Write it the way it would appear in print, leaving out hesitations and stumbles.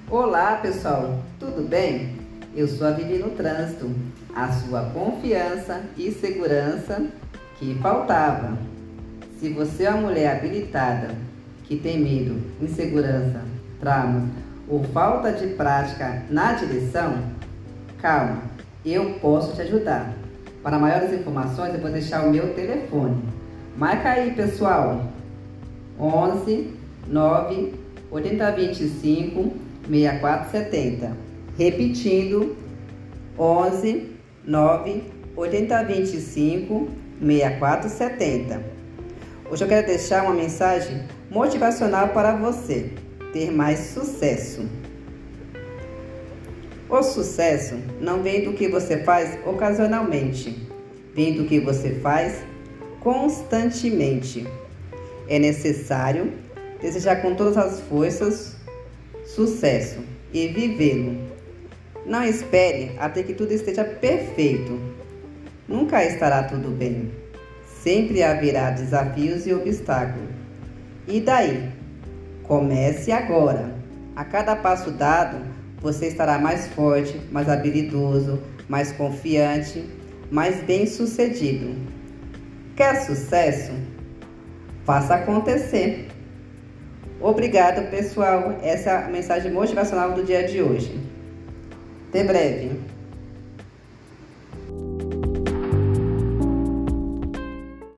Olá pessoal, tudo bem? Eu sou a Vivi no Trânsito, a sua confiança e segurança que faltava. Se você é uma mulher habilitada, que tem medo, insegurança, traumas ou falta de prática na direção, calma, eu posso te ajudar. Para maiores informações eu vou deixar o meu telefone. Marca aí pessoal, 11 9 8025 6470. Repetindo, 11 9 8025 6470. Hoje eu quero deixar uma mensagem motivacional para você ter mais sucesso. O sucesso não vem do que você faz ocasionalmente, vem do que você faz constantemente. É necessário desejar com todas as forças sucesso e vivê-lo. Não espere até que tudo esteja perfeito. Nunca estará tudo bem. Sempre haverá desafios e obstáculos. E daí? Comece agora. A cada passo dado, você estará mais forte, mais habilidoso, mais confiante, mais bem-sucedido. Quer sucesso? Faça acontecer. Obrigado, pessoal. Essa é a mensagem motivacional do dia de hoje. Até breve.